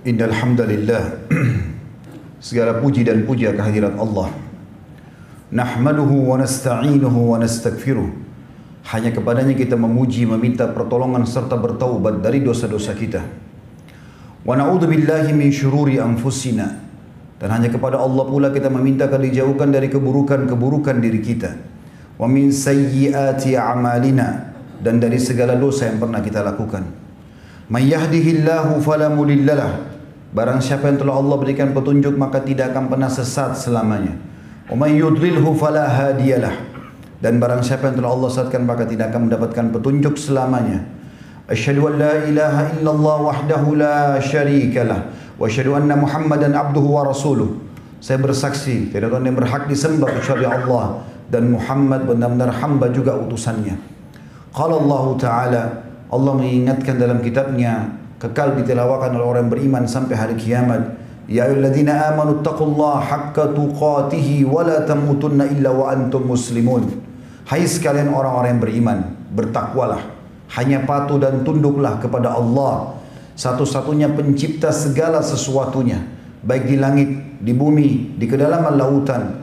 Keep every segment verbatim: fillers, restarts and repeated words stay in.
Innal hamdalillah segala puji dan puja kehadirat Allah. Nahmaduhu wa nasta'inuhu wa nastaghfiruh. Hanya kepadanya kita memuji, meminta pertolongan serta bertaubat dari dosa-dosa kita. Wa na'udzu billahi min syururi anfusina. Dan hanya kepada Allah pula kita meminta agar dijauhkan dari keburukan-keburukan diri kita. Wa min sayyiati a'malina, dan dari segala dosa yang pernah kita lakukan. May yahdihillahu fala mudhillalah. Barang siapa yang telah Allah berikan petunjuk maka tidak akan pernah sesat selamanya. Wa may yudlilhu fala hadiyalah. Dan barang siapa yang telah Allah sesatkan maka tidak akan mendapatkan petunjuk selamanya. Asyhadu an la ilaha illallah wahdahu la syarikalah wa asyhadu anna Muhammadan abduhu wa rasuluh. Saya bersaksi tidak ada yang berhak disembah kecuali Allah, dan Muhammad benar-benar hamba juga utusannya. Qala Allah Ta'ala, Allah mengingatkan dalam kitabnya, kekal ditilawakan oleh orang beriman sampai hari kiamat. Ya ayyuhalladzina amanu taqullaha haqqa tuqatih wa la tamutunna illa wa antum muslimun. Hai sekalian orang-orang yang beriman, bertakwalah, hanya patuh dan tunduklah kepada Allah, satu-satunya pencipta segala sesuatunya, baik di langit, di bumi, di kedalaman lautan.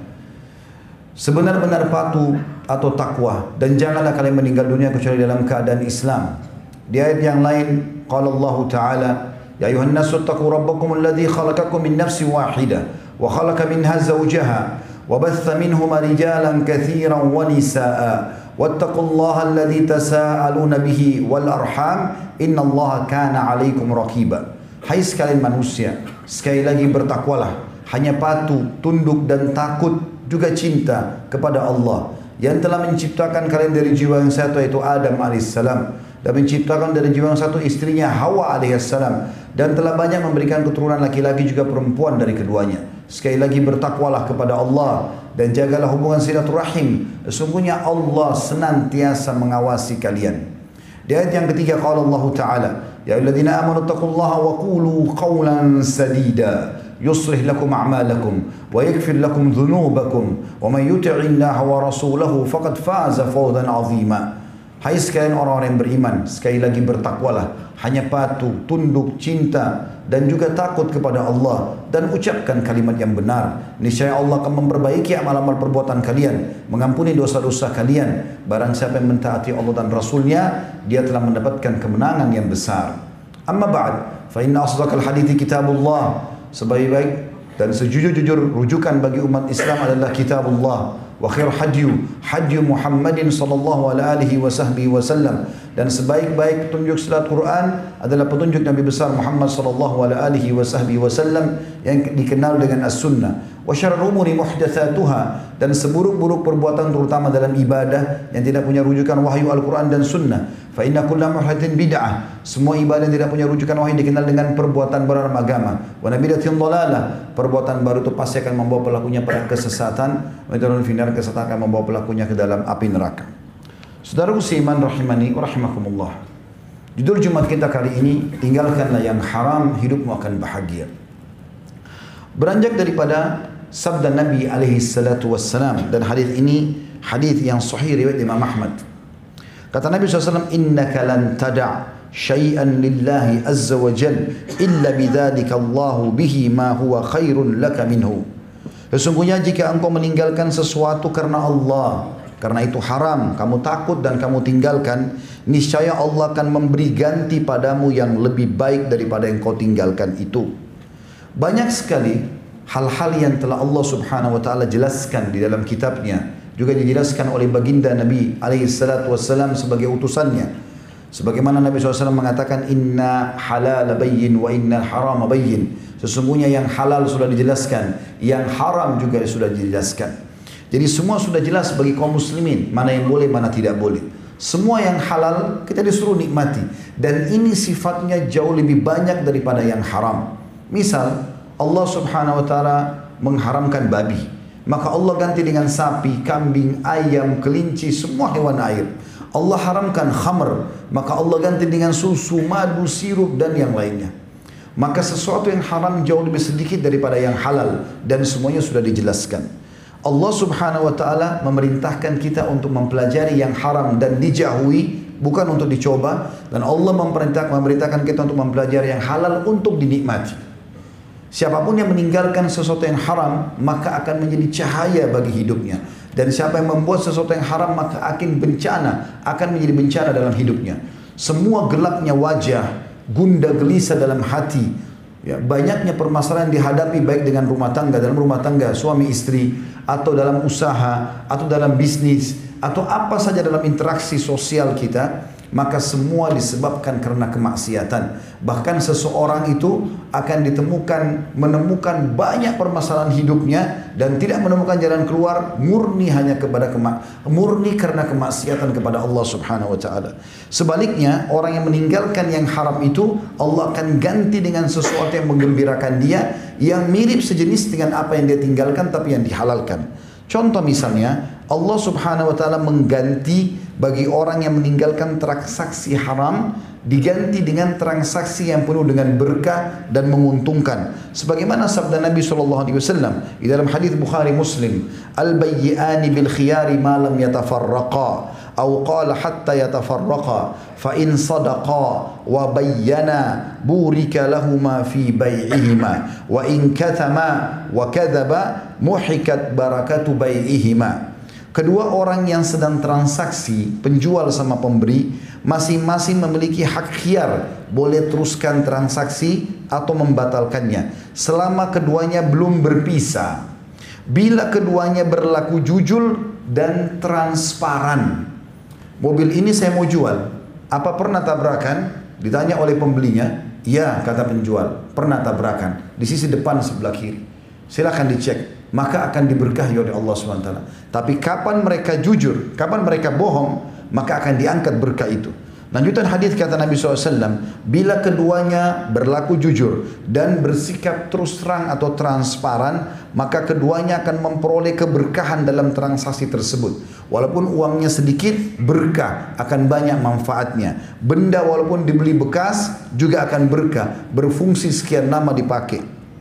Sebenar-benar patuh atau takwa, dan janganlah kalian meninggal dunia kecuali dalam keadaan Islam. Di ayat yang lain, qala Allah Ta'ala, ya ayuhan nasu taqu rabbakum alladhi khalaqakum min nafsin wahidah wa khalaqa minha zawjaha wa batha minhuma rijalan katsiran wa nisaa wattaqullaha alladhi tasaaluna bihi wal arham innallaha kana 'alaikum raqiba. Hai sekalian manusia, sekali lagi bertakwalah, hanya patuh, tunduk dan takut juga cinta kepada Allah yang telah menciptakan kalian dari jiwa yang satu, yaitu Adam alaihissalam, dan menciptakan dari jiwa yang satu istrinya Hawa alaihissalam, dan telah banyak memberikan keturunan laki-laki juga perempuan dari keduanya. Sekali lagi bertakwalah kepada Allah dan jagalah hubungan silaturahim. Sesungguhnya Allah senantiasa mengawasi kalian. Di ayat yang ketiga qala Allah Ta'ala, ya ayyuhalladzina amanu taqullaha wa qulu qawlan sadida yuslih lakum a'malakum wa yaghfir lakum dhunubakum wa may yuti'illaha wa rasulahu faqad faza fawzan 'azima. Hai sekalian orang-orang yang beriman, sekali lagi bertakwalah, hanya patuh, tunduk, cinta dan juga takut kepada Allah, dan ucapkan kalimat yang benar. Niscaya Allah akan memperbaiki amal-amal perbuatan kalian, mengampuni dosa-dosa kalian. Barang siapa yang mentaati Allah dan Rasulnya, dia telah mendapatkan kemenangan yang besar. Amma ba'd, fa inna asdaqal hadithi kitabullah. Sebaik-baik dan sejujur-jujur rujukan bagi umat Islam adalah kitabullah. Wa khair hadyu hadyu Muhammadin sallallahu alaihi wasallam, dan sebaik-baik petunjuk setelah Quran adalah petunjuk Nabi besar Muhammad sallallahu alaihi wasallam yang dikenal dengan as-sunnah. Wa syarrul umuri muhdatsatuha, dan seburuk-buruk perbuatan terutama dalam ibadah yang tidak punya rujukan wahyu Al-Quran dan sunnah. Fa inna kulla muhdatsin bid'ah, semua ibadah yang tidak punya rujukan wahyu dikenal dengan perbuatan baru dalam agama. Wa nabidatin dhalalah, perbuatan baru itu pasti akan membawa pelakunya pada kesesatan. Wa darul finar, kesesatan akan membawa pelakunya ke dalam api neraka. Saudaraku seiman rahimani wa rahimakumullah. Judul Jumat kita kali ini, tinggalkanlah yang haram, hidupmu akan bahagia. Beranjak daripada sabda Nabi alaihi salatu wassalam, dan hadis ini hadis yang sahih riwayat Imam Ahmad. Kata Nabi shallallahu alaihi wasallam, innaka lan tada' syai'an lillahi azza wa jal illa bidzalika Allahu bihi ma huwa khairun laka minhu. Sesungguhnya jika engkau meninggalkan sesuatu karena Allah, karena itu haram, kamu takut dan kamu tinggalkan, niscaya Allah akan memberi ganti padamu yang lebih baik daripada yang kau tinggalkan itu. Banyak sekali hal-hal yang telah Allah subhanahu wa ta'ala jelaskan di dalam kitabnya, juga dijelaskan oleh baginda Nabi alaihi salatu wassalam sebagai utusannya. Sebagaimana Nabi shallallahu alaihi wasallam mengatakan, inna halal bayyin wa inna haram bayyin. Sesungguhnya yang halal sudah dijelaskan, yang haram juga sudah dijelaskan. Jadi semua sudah jelas bagi kaum muslimin, mana yang boleh, mana tidak boleh. Semua yang halal kita disuruh nikmati, dan ini sifatnya jauh lebih banyak daripada yang haram. Misal Allah subhanahu wa ta'ala mengharamkan babi, maka Allah ganti dengan sapi, kambing, ayam, kelinci, semua hewan air. Allah haramkan khamr, maka Allah ganti dengan susu, madu, sirup dan yang lainnya. Maka sesuatu yang haram jauh lebih sedikit daripada yang halal, dan semuanya sudah dijelaskan. Allah subhanahu wa ta'ala memerintahkan kita untuk mempelajari yang haram dan dijauhi, bukan untuk dicoba. Dan Allah memerintah, memerintahkan kita untuk mempelajari yang halal untuk dinikmati. Siapapun yang meninggalkan sesuatu yang haram, maka akan menjadi cahaya bagi hidupnya. Dan siapa yang membuat sesuatu yang haram, maka akan bencana, akan menjadi bencana dalam hidupnya. Semua gelapnya wajah, gundah gelisah dalam hati, ya, banyaknya permasalahan dihadapi baik dengan rumah tangga, dalam rumah tangga suami istri, atau dalam usaha, atau dalam bisnis, atau apa saja dalam interaksi sosial kita, maka semua disebabkan karena kemaksiatan. Bahkan seseorang itu akan ditemukan menemukan banyak permasalahan hidupnya dan tidak menemukan jalan keluar, murni hanya kepada kemak murni karena kemaksiatan kepada Allah Subhanahu wa taala. Sebaliknya, orang yang meninggalkan yang haram itu, Allah akan ganti dengan sesuatu yang menggembirakan dia, yang mirip sejenis dengan apa yang dia tinggalkan tapi yang dihalalkan. Contoh misalnya, Allah Subhanahu wa taala mengganti bagi orang yang meninggalkan transaksi haram, diganti dengan transaksi yang penuh dengan berkah dan menguntungkan. Sebagaimana sabda Nabi sallallahu alaihi wasallam di dalam hadis Bukhari Muslim, al-bayyi'ani bil khiyari ma lam yatafarraqa, atau qala hatta yatafarraqa, fa in sadaqa wa bayyana burika lahuma fi bai'ihima, wa in katama wa kadzaba muhikat barakatu bai'ihima. Kedua orang yang sedang transaksi, penjual sama pemberi, masing-masing memiliki hak khiyar, boleh teruskan transaksi atau membatalkannya selama keduanya belum berpisah. Bila keduanya berlaku jujur dan transparan. Mobil ini saya mau jual, apa pernah tabrakan? Ditanya oleh pembelinya, ya, kata penjual, pernah tabrakan di sisi depan sebelah kiri. Silakan dicek, maka akan diberkahi oleh Allah subhanahu wa taala. Tapi kapan mereka jujur, kapan mereka bohong, maka akan diangkat berkah itu. Lanjutan hadis kata Nabi shallallahu alaihi wasallam, bila keduanya berlaku jujur dan bersikap terus terang atau transparan, maka keduanya akan memperoleh keberkahan dalam transaksi tersebut. Walaupun uangnya sedikit, berkah, akan banyak manfaatnya. Benda walaupun dibeli bekas, juga akan berkah, berfungsi sekian lama dipakai.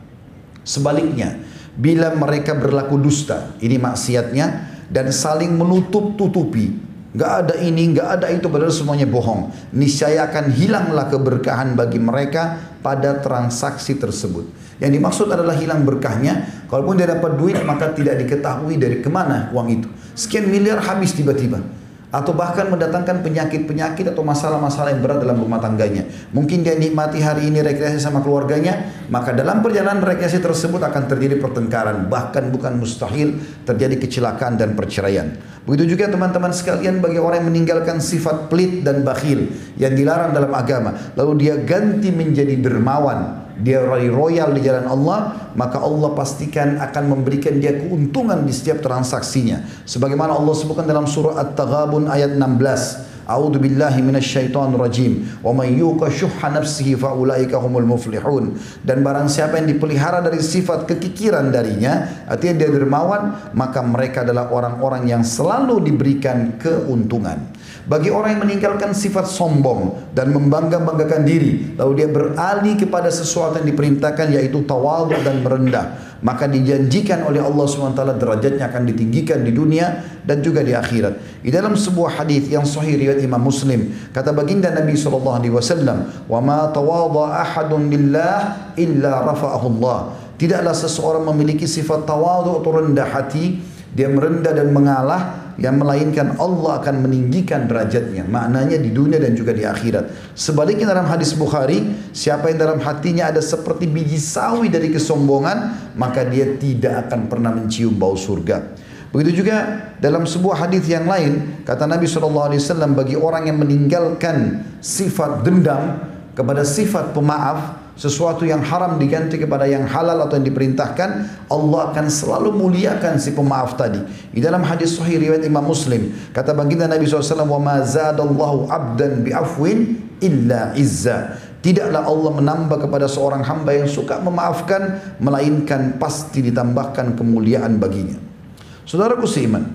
Sebaliknya, bila mereka berlaku dusta, ini maksiatnya, dan saling menutup-tutupi, nggak ada ini, nggak ada itu, padahal semuanya bohong, niscaya akan hilanglah keberkahan bagi mereka pada transaksi tersebut. Yang dimaksud adalah hilang berkahnya, kalaupun dia dapat duit maka tidak diketahui dari kemana uang itu. Sekian miliar habis tiba-tiba. Atau bahkan mendatangkan penyakit-penyakit atau masalah-masalah yang berat dalam rumah tangganya. Mungkin dia nikmati hari ini rekreasi sama keluarganya, maka dalam perjalanan rekreasi tersebut akan terjadi pertengkaran. Bahkan bukan mustahil terjadi kecelakaan dan perceraian. Begitu juga teman-teman sekalian bagi orang yang meninggalkan sifat pelit dan bakhil yang dilarang dalam agama, lalu dia ganti menjadi dermawan, dia royal di jalan Allah, maka Allah pastikan akan memberikan dia keuntungan di setiap transaksinya. Sebagaimana Allah sebutkan dalam surah At-Taghabun ayat enam belas, A'udzu billahi minasyaitonir rajim. Wa may yuqa syuhha nafsihi fa ulaika humul muflihun. Dan barang siapa yang dipelihara dari sifat kekikiran darinya, artinya dia dermawan, maka mereka adalah orang-orang yang selalu diberikan keuntungan. Bagi orang yang meninggalkan sifat sombong dan membangga-banggakan diri, lalu dia beralih kepada sesuatu yang diperintahkan, yaitu tawadhu dan merendah, maka dijanjikan oleh Allah subhanahu wa taala derajatnya akan ditinggikan di dunia dan juga di akhirat. Di dalam sebuah hadis yang sahih riwayat Imam Muslim, kata baginda Nabi sallallahu alaihi wasallam, "Wa ma tawadha ahadun lillah illa rafa'ahu Allah." Tidaklah seseorang memiliki sifat tawadhu atau rendah hati, dia merendah dan mengalah, yang melainkan Allah akan meninggikan derajatnya, maknanya di dunia dan juga di akhirat. Sebaliknya dalam hadis Bukhari, siapa yang dalam hatinya ada seperti biji sawi dari kesombongan, maka dia tidak akan pernah mencium bau surga. Begitu juga dalam sebuah hadis yang lain, kata Nabi shallallahu alaihi wasallam, bagi orang yang meninggalkan sifat dendam kepada sifat pemaaf, sesuatu yang haram diganti kepada yang halal atau yang diperintahkan, Allah akan selalu muliakan si pemaaf tadi. Di dalam hadis sahih riwayat Imam Muslim, kata baginda Nabi shallallahu alaihi wasallam, "Wa ma zadallahu abdan bi'afwin illa izza." Tidaklah Allah menambah kepada seorang hamba yang suka memaafkan, melainkan pasti ditambahkan kemuliaan baginya. Saudaraku seiman,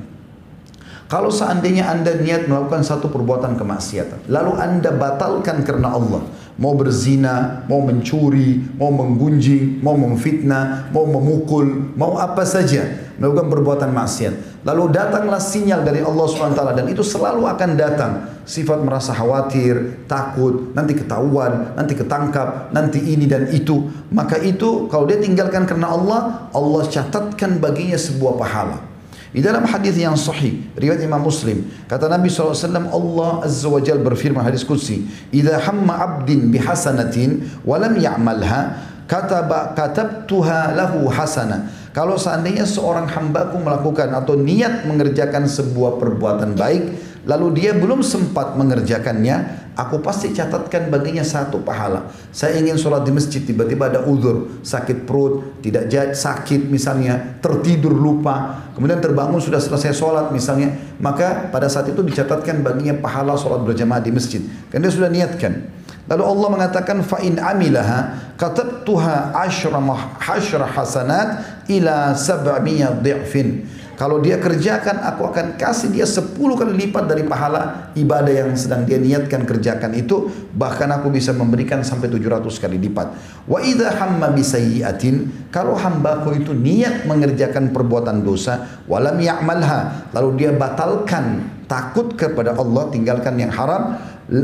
kalau seandainya anda niat melakukan satu perbuatan kemaksiatan, lalu anda batalkan karena Allah, mau berzina, mau mencuri, mau menggunjing, mau memfitnah, mau memukul, mau apa saja, melakukan perbuatan maksiat. Lalu datanglah sinyal dari Allah subhanahu wa taala, dan itu selalu akan datang. Sifat merasa khawatir, takut, nanti ketahuan, nanti ketangkap, nanti ini dan itu. Maka itu kalau dia tinggalkan karena Allah, Allah catatkan baginya sebuah pahala. Di dalam hadis yang sahih riwayat Imam Muslim, kata Nabi shallallahu alaihi wasallam, Allah azza wa jalla berfirman, hadis qudsi, "Idza hamma 'abdin bihasanatin wa lam ya'malha kataba katabtuha lahu hasana." Kalau seandainya seorang hambaku melakukan atau niat mengerjakan sebuah perbuatan baik, lalu dia belum sempat mengerjakannya, aku pasti catatkan baginya satu pahala. Saya ingin sholat di masjid, tiba-tiba ada uzur, sakit perut, tidak jadi sakit misalnya, tertidur lupa, kemudian terbangun sudah selesai sholat misalnya, maka pada saat itu dicatatkan baginya pahala sholat berjamaah di masjid, karena dia sudah niatkan. Lalu Allah mengatakan, fa in amilaha katabtuha asyra hasyra hasanat ila sab'amiyah dhi'fin. Kalau dia kerjakan, aku akan kasih dia sepuluh kali lipat dari pahala ibadah yang sedang dia niatkan kerjakan itu. Bahkan aku bisa memberikan sampai tujuh ratus kali lipat. Wa idha hamma bisayyi'atin, kalau hambaku itu niat mengerjakan perbuatan dosa, walam ya'malha, lalu dia batalkan, takut kepada Allah, tinggalkan yang haram,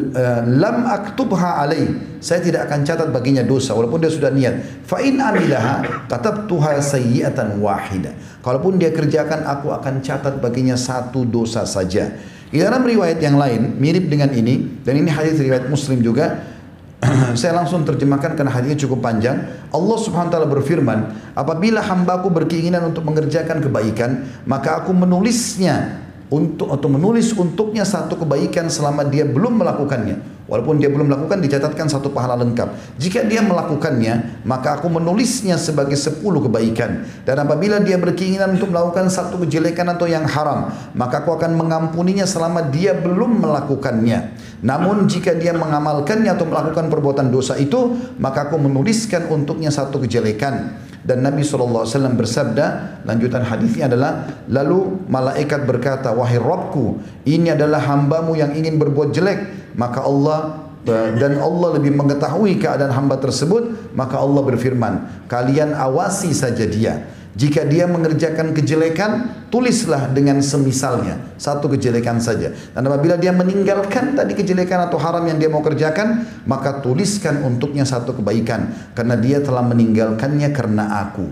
lam aktubha alaih, saya tidak akan catat baginya dosa walaupun dia sudah niat. Fa in amilaha katabtuha sayyi'atan wahida, kalaupun dia kerjakan, aku akan catat baginya satu dosa saja. Di dalam riwayat yang lain mirip dengan ini, dan ini hadis riwayat Muslim juga, saya langsung terjemahkan karena hadisnya cukup panjang. Allah subhanahu wa taala berfirman, apabila hambaku berkeinginan untuk mengerjakan kebaikan, maka aku menulisnya untuk atau menulis untuknya satu kebaikan selama dia belum melakukannya. Walaupun dia belum melakukan, dicatatkan satu pahala lengkap. Jika dia melakukannya, maka aku menulisnya sebagai sepuluh kebaikan. Dan apabila dia berkeinginan untuk melakukan satu kejelekan atau yang haram, maka aku akan mengampuninya selama dia belum melakukannya. Namun jika dia mengamalkannya atau melakukan perbuatan dosa itu, maka aku menuliskan untuknya satu kejelekan. Dan Nabi shallallahu alaihi wasallam bersabda, lanjutan hadisnya adalah, lalu malaikat berkata, wahai Rabbku, ini adalah hambamu yang ingin berbuat jelek. Maka Allah, dan Allah lebih mengetahui keadaan hamba tersebut, maka Allah berfirman, kalian awasi saja dia. Jika dia mengerjakan kejelekan, tulislah dengan semisalnya, satu kejelekan saja. Dan apabila dia meninggalkan tadi kejelekan atau haram yang dia mau kerjakan, maka tuliskan untuknya satu kebaikan, karena dia telah meninggalkannya karena aku.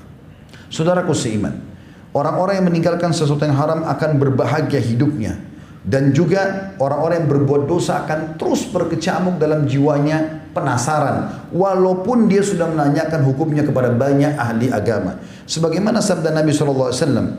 Saudaraku seiman, orang-orang yang meninggalkan sesuatu yang haram akan berbahagia hidupnya. Dan juga orang-orang yang berbuat dosa akan terus berkecamuk dalam jiwanya, penasaran, walaupun dia sudah menanyakan hukumnya kepada banyak ahli agama. Sebagaimana sabda Nabi shallallahu alaihi wasallam,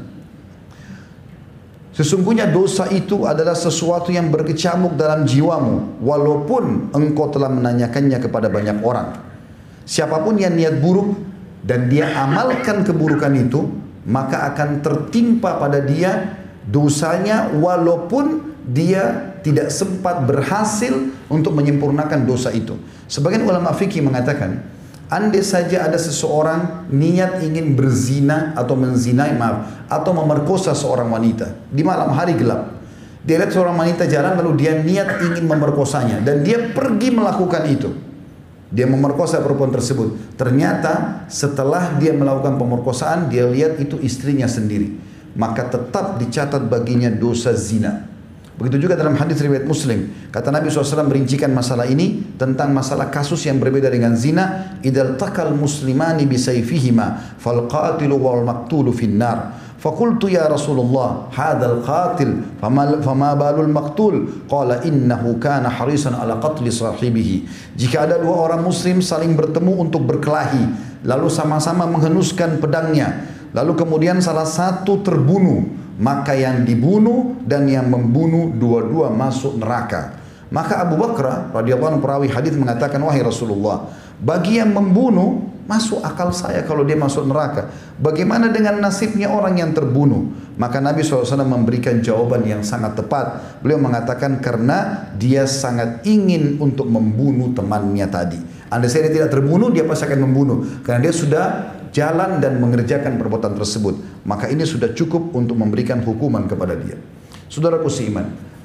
sesungguhnya dosa itu adalah sesuatu yang berkecamuk dalam jiwamu, walaupun engkau telah menanyakannya kepada banyak orang. Siapapun yang niat buruk dan dia amalkan keburukan itu, maka akan tertimpa pada dia dosanya, walaupun dia tidak sempat berhasil untuk menyempurnakan dosa itu. Sebagian ulama fikih mengatakan, andai saja ada seseorang niat ingin berzina atau menzinai, maaf, atau memerkosa seorang wanita di malam hari gelap. Dia lihat seorang wanita jalan, lalu dia niat ingin memerkosanya, dan dia pergi melakukan itu. Dia memerkosa perempuan tersebut. Ternyata setelah dia melakukan pemerkosaan, dia lihat itu istrinya sendiri, maka tetap dicatat baginya dosa zina. Begitu juga dalam hadis riwayat Muslim, kata Nabi shallallahu alaihi wasallam merincikan masalah ini tentang masalah kasus yang berbeda dengan zina. Idal takal muslimani bisayfihima fal qatilu wal maqtulu finnar. Fakultu ya Rasulullah, hadal qatil fama, fama balul maqtul? Qala innahu kana harisan ala qatli sahibihi. Jika ada dua orang muslim saling bertemu untuk berkelahi, lalu sama-sama menghenuskan pedangnya, lalu kemudian salah satu terbunuh, maka yang dibunuh dan yang membunuh dua-dua masuk neraka. Maka Abu Bakar radhiyallahu anhu perawi hadis mengatakan, wahai Rasulullah, bagi yang membunuh masuk akal saya kalau dia masuk neraka. Bagaimana dengan nasibnya orang yang terbunuh? Maka Nabi shallallahu alaihi wasallam memberikan jawaban yang sangat tepat. Beliau mengatakan, karena dia sangat ingin untuk membunuh temannya tadi. Andai saya tidak terbunuh, dia pasti akan membunuh, karena dia sudah jalan dan mengerjakan perbuatan tersebut. Maka ini sudah cukup untuk memberikan hukuman kepada dia. Saudaraku seiman,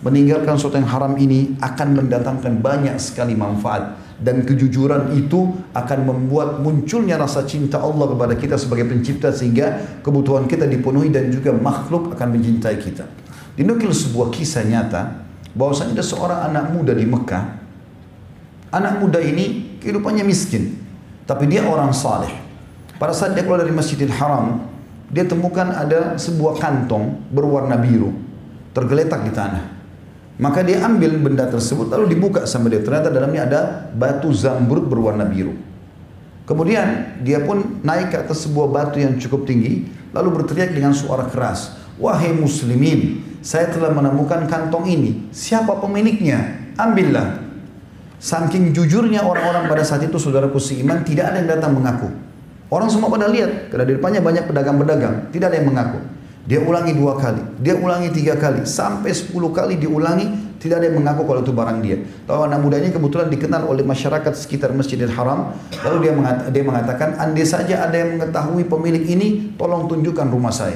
meninggalkan sesuatu yang haram ini akan mendatangkan banyak sekali manfaat. Dan kejujuran itu akan membuat munculnya rasa cinta Allah kepada kita sebagai pencipta, sehingga kebutuhan kita dipenuhi dan juga makhluk akan mencintai kita. Dinukil sebuah kisah nyata bahwasanya ada seorang anak muda di Mekah. Anak muda ini kehidupannya miskin, tapi dia orang saleh. Pada saat dia keluar dari Masjidil Haram, dia temukan ada sebuah kantong berwarna biru tergeletak di tanah. Maka dia ambil benda tersebut lalu dibuka sama dia. Ternyata dalamnya ada batu zamrud berwarna biru. Kemudian dia pun naik ke atas sebuah batu yang cukup tinggi, lalu berteriak dengan suara keras, "Wahai muslimin, saya telah menemukan kantong ini. Siapa pemiliknya? Ambillah." Saking jujurnya orang-orang pada saat itu, saudaraku seiman, tidak ada yang datang mengaku. Orang semua pada lihat, karena di depannya banyak pedagang-pedagang, tidak ada yang mengaku. Dia ulangi dua kali, dia ulangi tiga kali, sampai sepuluh kali diulangi, tidak ada yang mengaku kalau itu barang dia. Tahu anak muda ini kebetulan dikenal oleh masyarakat sekitar Masjidil Haram. Lalu dia, mengat dia mengatakan, andai saja ada yang mengetahui pemilik ini, tolong tunjukkan rumah saya.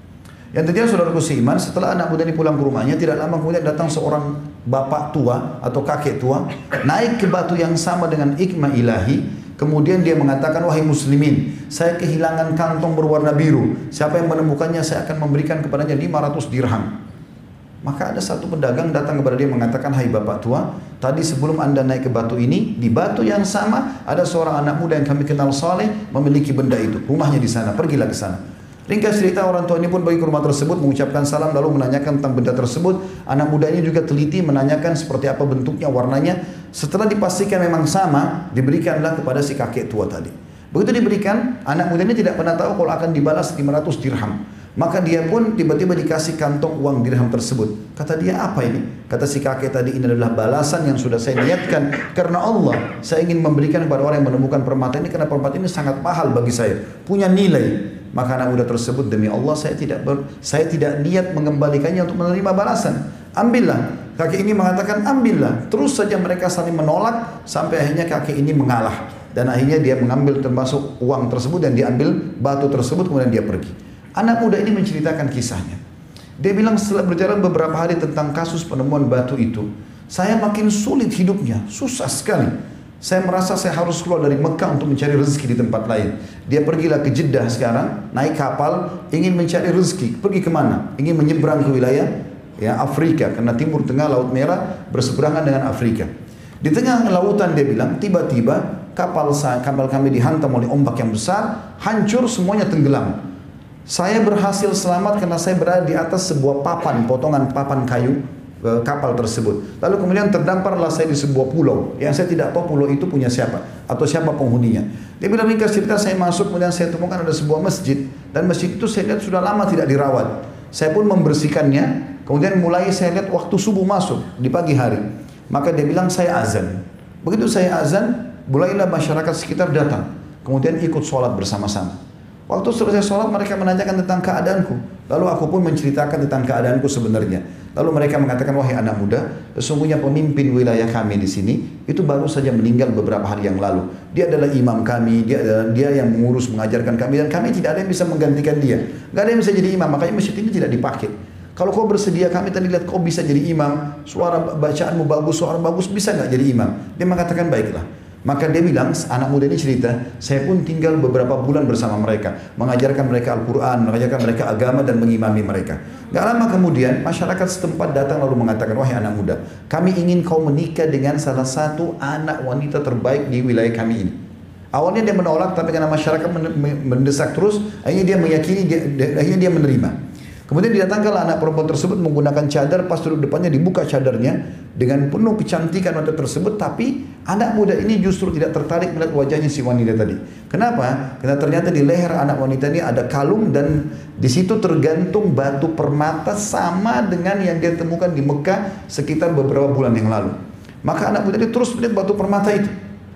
Yang terjadi, saudaraku seiman, setelah anak muda ini pulang ke rumahnya, tidak lama kemudian datang seorang bapak tua atau kakek tua, naik ke batu yang sama dengan hikmah ilahi. Kemudian dia mengatakan, "Wahai muslimin, saya kehilangan kantong berwarna biru. Siapa yang menemukannya, saya akan memberikan kepadanya lima ratus dirham." Maka ada satu pedagang datang kepada dia mengatakan, "Hai bapak tua, tadi sebelum anda naik ke batu ini, di batu yang sama ada seorang anak muda yang kami kenal saleh memiliki benda itu. Rumahnya di sana, pergilah ke sana." Ringkas cerita, orang tua ini pun pergi ke rumah tersebut, mengucapkan salam, lalu menanyakan tentang benda tersebut. Anak muda ini juga teliti menanyakan seperti apa bentuknya, warnanya. Setelah dipastikan memang sama, diberikanlah kepada si kakek tua tadi. Begitu diberikan, anak muda ini tidak pernah tahu kalau akan dibalas lima ratus dirham. Maka dia pun tiba-tiba dikasih kantong uang dirham tersebut. Kata dia, "Apa ini?" Kata si kakek tadi, "Ini adalah balasan yang sudah saya niatkan karena Allah. Saya ingin memberikan kepada orang yang menemukan permata ini karena permata ini sangat mahal bagi saya, punya nilai." Maka anak muda tersebut, "Demi Allah, saya tidak ber, saya tidak niat mengembalikannya untuk menerima balasan. Ambillah." Kakek ini mengatakan, "Ambillah." Terus saja mereka saling menolak sampai akhirnya kakek ini mengalah, dan akhirnya dia mengambil termasuk uang tersebut dan diambil batu tersebut, kemudian dia pergi. Anak muda ini menceritakan kisahnya. Dia bilang, setelah berjalan beberapa hari tentang kasus penemuan batu itu, saya makin sulit hidupnya, susah sekali. Saya merasa saya harus keluar dari Mekah untuk mencari rezeki di tempat lain. Dia pergilah ke Jeddah sekarang, naik kapal, ingin mencari rezeki. Pergi kemana? Ingin menyeberang ke wilayah ya Afrika, karena Timur Tengah Laut Merah berseberangan dengan Afrika. Di tengah lautan dia bilang, tiba-tiba kapal saya, kapal kami dihantam oleh ombak yang besar, hancur, semuanya tenggelam. Saya berhasil selamat karena saya berada di atas sebuah papan, potongan papan kayu kapal tersebut. Lalu kemudian terdamparlah saya di sebuah pulau yang saya tidak tahu pulau itu punya siapa atau siapa penghuninya. Dia bilang, ringkas cerita, saya masuk, kemudian saya temukan ada sebuah masjid, dan masjid itu saya lihat sudah lama tidak dirawat. Saya pun membersihkannya, kemudian mulai saya lihat waktu subuh masuk di pagi hari. Maka dia bilang, saya azan. Begitu saya azan, mulailah masyarakat sekitar datang, kemudian ikut sholat bersama-sama. Waktu selesai sholat, mereka menanyakan tentang keadaanku. Lalu aku pun menceritakan tentang keadaanku sebenarnya. Lalu mereka mengatakan, "Wahai anak muda, sesungguhnya pemimpin wilayah kami di sini itu baru saja meninggal beberapa hari yang lalu. Dia adalah imam kami, dia adalah dia yang mengurus, mengajarkan kami, dan kami tidak ada yang bisa menggantikan dia. Gak ada yang bisa jadi imam, makanya masjid ini tidak dipakai. Kalau kau bersedia, kami tadi lihat kau bisa jadi imam, suara bacaanmu bagus, suara bagus, bisa nggak jadi imam?" Dia mengatakan, "Baiklah." Maka dia bilang, anak muda ini cerita, "Saya pun tinggal beberapa bulan bersama mereka, mengajarkan mereka Al-Quran, mengajarkan mereka agama dan mengimami mereka. Gak lama kemudian, masyarakat setempat datang lalu mengatakan, 'Wahai anak muda, kami ingin kau menikah dengan salah satu anak wanita terbaik di wilayah kami ini.' Awalnya dia menolak, tapi karena masyarakat mendesak terus, akhirnya dia meyakini, dia, akhirnya dia menerima. Kemudian didatangkanlah anak perempuan tersebut menggunakan cadar, pas duduk depannya dibuka cadarnya dengan penuh kecantikan wanita tersebut, tapi anak muda ini justru tidak tertarik melihat wajahnya si wanita tadi. Kenapa? Karena ternyata di leher anak wanita ini ada kalung, dan di situ tergantung batu permata sama dengan yang dia temukan di Mekah sekitar beberapa bulan yang lalu. Maka anak muda ini terus melihat batu permata itu.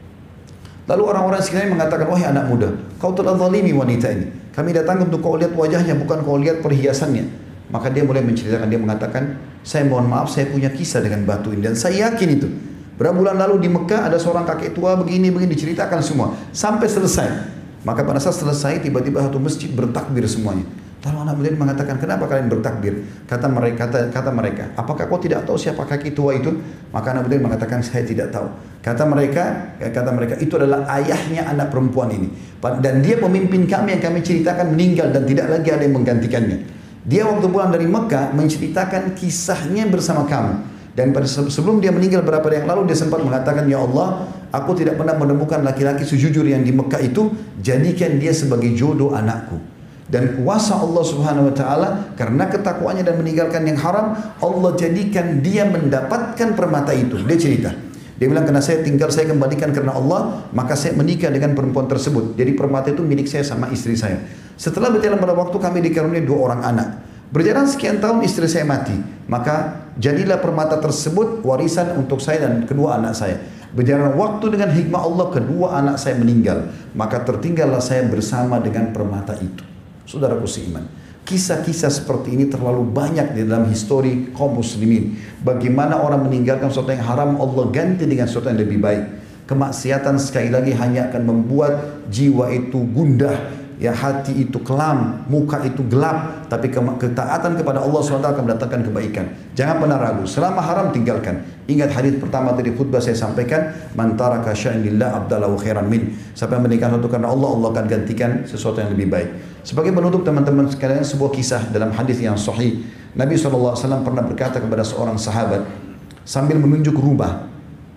Lalu orang-orang sekitarnya mengatakan, "Wahai anak muda, kau telah zalimi wanita ini. Kami datang untuk kau lihat wajahnya, bukan kau lihat perhiasannya." Maka dia mulai menceritakan, dia mengatakan, "Saya mohon maaf, saya punya kisah dengan batu ini, dan saya yakin itu. Berapa bulan lalu di Mekah ada seorang kakek tua begini, begini," diceritakan semua. Sampai selesai. Maka pada saat selesai, tiba-tiba satu masjid bertakbir semuanya. Lalu anak muda mengatakan, kenapa kalian bertakbir? Kata mereka, kata, kata mereka, apakah kau tidak tahu siapa kaki tua itu? Maka anak muda mengatakan, saya tidak tahu. Kata mereka, kata mereka itu adalah ayahnya anak perempuan ini. Dan dia pemimpin kami yang kami ceritakan meninggal dan tidak lagi ada yang menggantikannya. Dia waktu pulang dari Mekah menceritakan kisahnya bersama kami. Dan pada sebelum dia meninggal beberapa hari yang lalu dia sempat mengatakan, ya Allah, aku tidak pernah menemukan laki-laki sejujur yang di Mekah itu, jadikan dia sebagai jodoh anakku. Dan kuasa Allah Subhanahu wa taala karena ketakwaannya dan meninggalkan yang haram, Allah jadikan dia mendapatkan permata itu. Dia cerita. Dia bilang, karena saya tinggal saya kembalikan karena Allah, maka saya menikah dengan perempuan tersebut. Jadi permata itu milik saya sama istri saya. Setelah berjalan pada waktu kami dikaruniai dua orang anak. Berjalan sekian tahun istri saya mati. Maka jadilah permata tersebut warisan untuk saya dan kedua anak saya. Berjalan waktu dengan hikmah Allah, kedua anak saya meninggal. Maka tertinggallah saya bersama dengan permata itu. Saudaraku seiman, kisah-kisah seperti ini terlalu banyak di dalam histori kaum muslimin. Bagaimana orang meninggalkan sesuatu yang haram, Allah ganti dengan sesuatu yang lebih baik. Kemaksiatan sekali lagi hanya akan membuat jiwa itu gundah, ya, hati itu kelam, muka itu gelap. Tapi ketaatan kepada Allah subhanahu wa taala akan mendatangkan kebaikan. Jangan pernah ragu, selama haram tinggalkan. Ingat hadis pertama tadi khutbah saya sampaikan, man taraka syai'an lillah abdalahu khairan min. Siapa yang meninggalkan sesuatu karena Allah, Allah akan gantikan sesuatu yang lebih baik. Sebagai penutup teman-teman sekalian, sebuah kisah dalam hadis yang sahih. Nabi shallallahu alaihi wasallam pernah berkata kepada seorang sahabat sambil menunjuk rumah.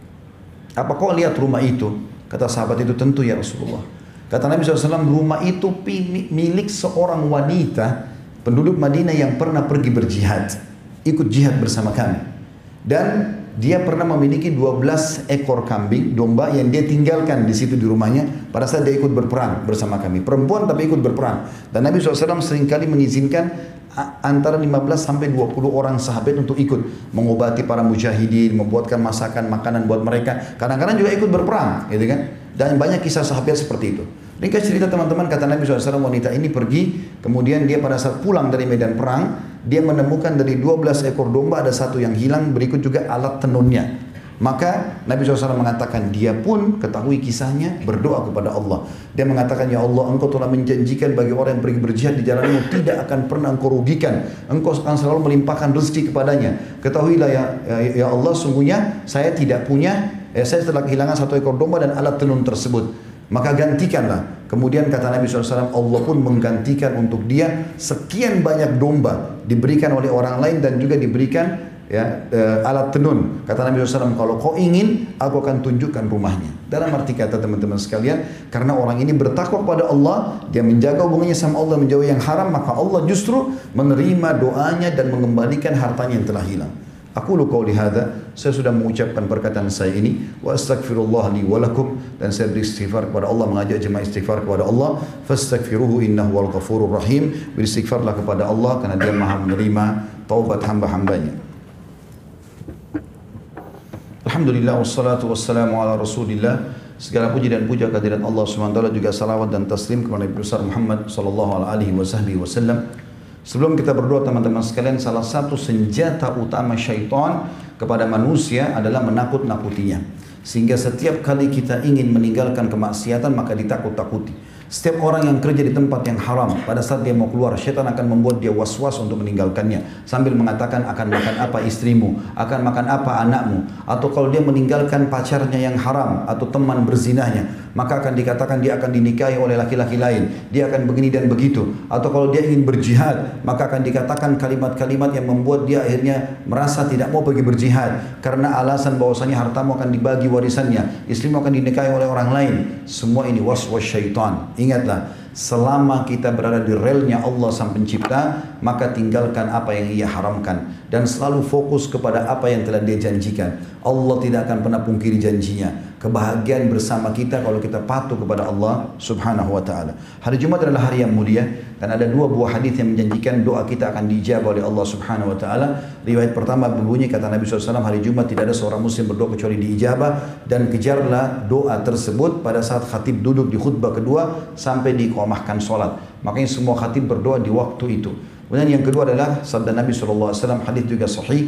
Apa kau lihat rumah itu? Kata sahabat itu, tentu ya Rasulullah. Kata Nabi shallallahu alaihi wasallam, rumah itu milik seorang wanita penduduk Madinah yang pernah pergi berjihad, ikut jihad bersama kami. Dan dia pernah memiliki dua belas ekor kambing, domba yang dia tinggalkan di situ di rumahnya pada saat dia ikut berperang bersama kami. Perempuan tapi ikut berperang. Dan Nabi shallallahu alaihi wasallam seringkali mengizinkan antara lima belas sampai dua puluh orang sahabat untuk ikut mengobati para mujahidin, membuatkan masakan makanan buat mereka. Kadang-kadang juga ikut berperang, gitu kan? Dan banyak kisah sahabat seperti itu. Ringkas cerita teman-teman, kata Nabi shallallahu alaihi wasallam, wanita ini pergi, kemudian dia pada saat pulang dari medan perang, dia menemukan dari dua belas ekor domba ada satu yang hilang, berikut juga alat tenunnya. Maka Nabi shallallahu alaihi wasallam mengatakan, dia pun ketahui kisahnya, berdoa kepada Allah. Dia mengatakan, ya Allah, engkau telah menjanjikan bagi orang yang pergi berjihad di jalanmu, tidak akan pernah engkau rugikan. Engkau akan selalu melimpahkan rezeki kepadanya. Ketahuilah ya, ya, ya Allah, sungguhnya saya tidak punya, eh, saya telah kehilangan satu ekor domba dan alat tenun tersebut. Maka gantikanlah. Kemudian kata Nabi shallallahu alaihi wasallam, Allah pun menggantikan untuk dia sekian banyak domba diberikan oleh orang lain dan juga diberikan ya, uh, alat tenun. Kata Nabi shallallahu alaihi wasallam, kalau kau ingin, aku akan tunjukkan rumahnya. Dalam arti kata teman-teman sekalian, karena orang ini bertakwa kepada Allah, dia menjaga hubungannya sama Allah, menjauhi yang haram, maka Allah justru menerima doanya dan mengembalikan hartanya yang telah hilang. Aku lu qauli hadza, saya sudah mengucapkan perkataan saya ini, wa astaghfirullah li wa lakum, dan saya beristighfar kepada Allah, mengajak jemaah istighfar kepada Allah, fastaghfiruhu innahu wal ghafurur rahim. Beristighfarlah kepada Allah karena Dia Maha menerima taubat hamba-hambanya. Alhamdulillah wassalatu wassalamu ala Rasulillah. Segala puji dan puja kehadirat Allah Subhanahu wa taala, juga salawat dan taslim kepada Nabi besar Muhammad sallallahu alaihi wasallam. Sebelum kita berdoa teman-teman sekalian, salah satu senjata utama syaitan kepada manusia adalah menakut-nakutinya. Sehingga setiap kali kita ingin meninggalkan kemaksiatan, maka ditakut-takuti. Setiap orang yang kerja di tempat yang haram, pada saat dia mau keluar, syaitan akan membuat dia was-was untuk meninggalkannya. Sambil mengatakan akan makan apa istrimu, akan makan apa anakmu. Atau kalau dia meninggalkan pacarnya yang haram atau teman berzinahnya, maka akan dikatakan dia akan dinikahi oleh laki-laki lain. Dia akan begini dan begitu. Atau kalau dia ingin berjihad, maka akan dikatakan kalimat-kalimat yang membuat dia akhirnya merasa tidak mau pergi berjihad. Karena alasan bahwasanya hartamu akan dibagi warisannya, istrimu akan dinikahi oleh orang lain. Semua ini was-was syaitan. Ingatlah, selama kita berada di relnya Allah Sang Pencipta, maka tinggalkan apa yang Ia haramkan dan selalu fokus kepada apa yang telah Dia janjikan. Allah tidak akan pernah pungkiri janjinya. Kebahagiaan bersama kita kalau kita patuh kepada Allah Subhanahu wa taala. Hari Jumat adalah hari yang mulia dan ada dua buah hadis yang menjanjikan doa kita akan dijabah oleh Allah Subhanahu wa taala. Riwayat pertama berbunyi, kata Nabi shallallahu alaihi wasallam, hari Jumat tidak ada seorang muslim berdoa kecuali diijabah, dan kejarlah doa tersebut pada saat khatib duduk di khutbah kedua sampai diiqamahkan salat. Makanya semua khatib berdoa di waktu itu. Kemudian yang kedua adalah sabda Nabi shallallahu alaihi wasallam, hadis juga sahih,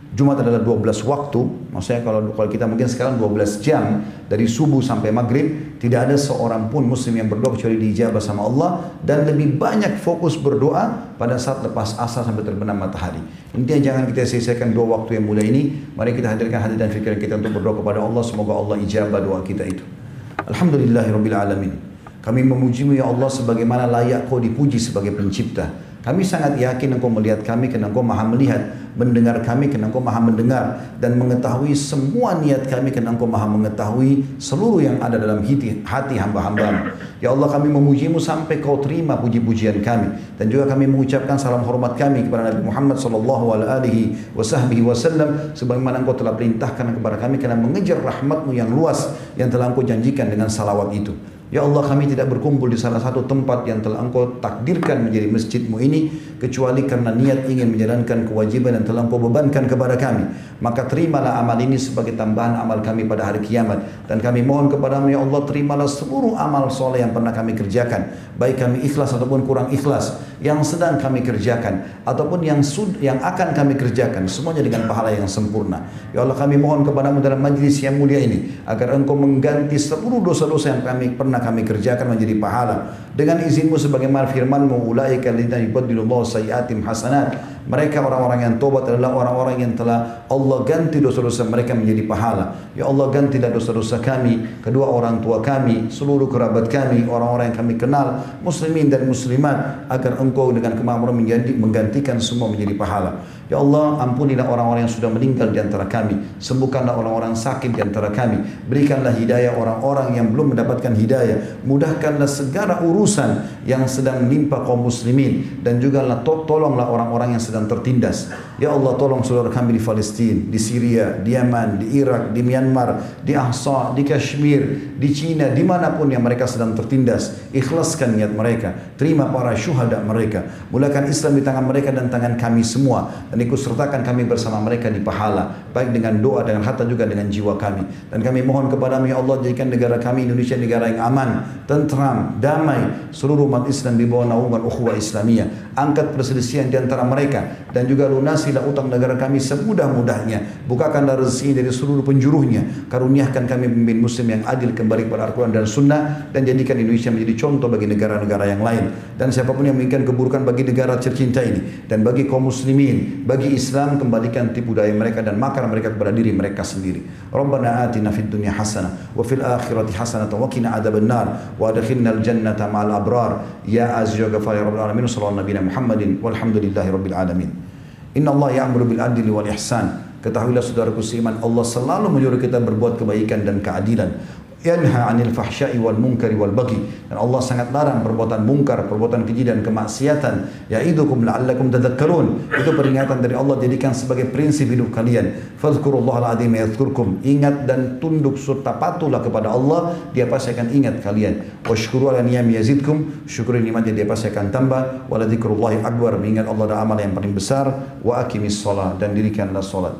Jumat adalah dua belas waktu, maksudnya kalau kalau kita mungkin sekarang dua belas jam dari subuh sampai maghrib, tidak ada seorang pun muslim yang berdoa kecuali diijabah sama Allah, dan lebih banyak fokus berdoa pada saat lepas asar sampai terbenam matahari. Intinya jangan kita sia-siakan dua waktu yang mulia ini. Mari kita hadirkan hati dan pikiran kita untuk berdoa kepada Allah, semoga Allah ijabah doa kita itu. Alhamdulillahirabbil alamin. Kami memuji-Mu ya Allah sebagaimana layak Kau dipuji sebagai pencipta. Kami sangat yakin Engkau melihat kami karena Engkau maha melihat, mendengar kami karena Engkau maha mendengar, dan mengetahui semua niat kami karena Engkau maha mengetahui seluruh yang ada dalam hati, hati hamba-hamba. Ya Allah, kami memuji-Mu sampai Kau terima puji-pujian kami, dan juga kami mengucapkan salam hormat kami kepada Nabi Muhammad sallallahu alaihi wasallam sebagaimana Engkau telah perintahkan kepada kami karena mengejar rahmat-Mu yang luas yang telah Engkau janjikan dengan salawat itu. Ya Allah, kami tidak berkumpul di salah satu tempat yang telah Engkau takdirkan menjadi masjid-Mu ini kecuali karena niat ingin menjalankan kewajiban yang telah Engkau bebankan kepada kami. Maka terimalah amal ini sebagai tambahan amal kami pada hari kiamat. Dan kami mohon kepada-Mu ya Allah, terimalah seluruh amal soleh yang pernah kami kerjakan, baik kami ikhlas ataupun kurang ikhlas, yang sedang kami kerjakan ataupun yang sud yang akan kami kerjakan, semuanya dengan pahala yang sempurna. Ya Allah, kami mohon kepada-Mu dalam majlis yang mulia ini agar Engkau mengganti seluruh dosa-dosa yang kami pernah kami kerjakan menjadi pahala dengan izin-Mu sebagaimana firman-Mu, ulaika alladzina yubaddilullahu sayyi'atihim hasanat. Mereka orang-orang yang tobat adalah orang-orang yang telah Allah ganti dosa-dosa mereka menjadi pahala. Ya Allah, gantilah dosa-dosa kami, kedua orang tua kami, seluruh kerabat kami, orang-orang yang kami kenal, muslimin dan muslimat, agar Engkau dengan kemampuan menggantikan semua menjadi pahala. Ya Allah, ampunilah orang-orang yang sudah meninggal di antara kami, sembuhkanlah orang-orang sakit di antara kami, berikanlah hidayah orang-orang yang belum mendapatkan hidayah, mudahkanlah segala urusan yang sedang menimpa kaum muslimin, dan juga to tolonglah orang-orang yang sedang tertindas. Ya Allah, tolong saudara kami di Palestina, di Syria, di Yaman, di Irak, di Myanmar, di Ahsa, di Kashmir, di Cina, dimanapun yang mereka sedang tertindas. Ikhlaskan niat mereka, terima para syuhada mereka, mulakan Islam di tangan mereka dan tangan kami semua, dan ikut sertakan kami bersama mereka di pahala, baik dengan doa, dengan harta, juga dengan jiwa kami. Dan kami mohon kepada-Mu ya Allah, jadikan negara kami Indonesia negara yang aman, tentram, damai, seluruh umat Islam di bawah naungan ukhuwah Islamiyah. Angkat perselisihan di antara mereka, dan juga lunasilah utang negara kami semudah-mudahnya. Bukakanlah rezeki dari seluruh penjuruhnya. Karuniakan kami pemimpin muslim yang adil kembali kepada Al-Quran dan Sunnah, dan jadikan Indonesia menjadi contoh bagi negara-negara yang lain. Dan siapapun yang menginginkan keburukan bagi negara tercinta ini dan bagi kaum muslimin, bagi Islam, kembalikan tipu daya mereka dan makar mereka kepada diri mereka sendiri. Rabbana atina fid dunya hasanah wa fil akhirati hasanah wa qina adzabannar wa adkhilnal jannata ma'al abrar ya aziz ya ghafar ya rabbal alamin. Sallallahu nabiyana Muhammadin walhamdulillahi rabbil alamin. Inna Allah ya'muru bil adli wal ihsan. Ketahuilah saudaraku seiman, Allah selalu menyuruh kita berbuat kebaikan dan keadilan. Yanha 'anil fahsya'i wal munkari wal baghi. Dan Allah sangat larang perbuatan mungkar, perbuatan keji dan kemaksiatan. Ya'idukum la'allakum tadhakkarun. Itu peringatan dari Allah, jadikan sebagai prinsip hidup kalian. Fadhkurullahal 'azim yadhkurkum. Ingat dan tunduk serta patuhlah kepada Allah, Dia pasti akan ingat kalian. Washkuru 'ala ni'ami yazidkum. Syukuri nikmatnya, Dia pasti akan tambah. Wa la dzikrullahi akbar. Mengingat Allah adalah amal yang paling besar. Wa aqimis shalah, dan dirikanlah salat.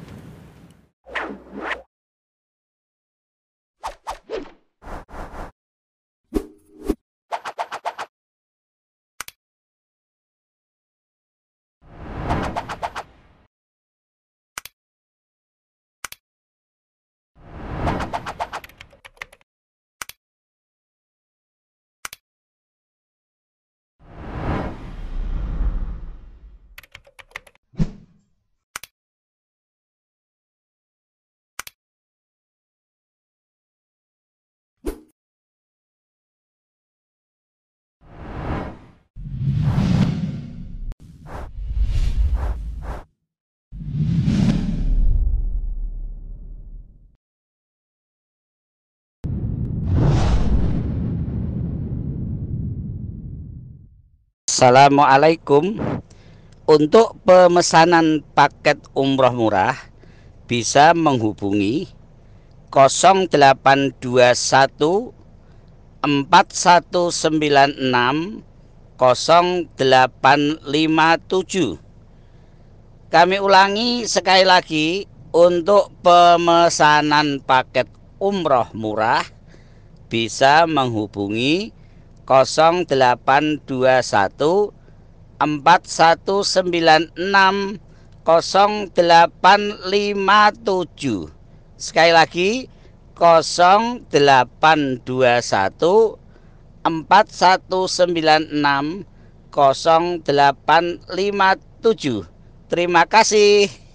Assalamualaikum. Untuk pemesanan paket umroh murah bisa menghubungi nol delapan dua satu empat satu sembilan enam nol delapan lima tujuh. Kami ulangi sekali lagi, untuk pemesanan paket umroh murah bisa menghubungi nol delapan dua satu empat satu sembilan enam nol delapan lima tujuh. Sekali lagi nol delapan dua satu empat satu sembilan enam nol delapan lima tujuh. Terima kasih.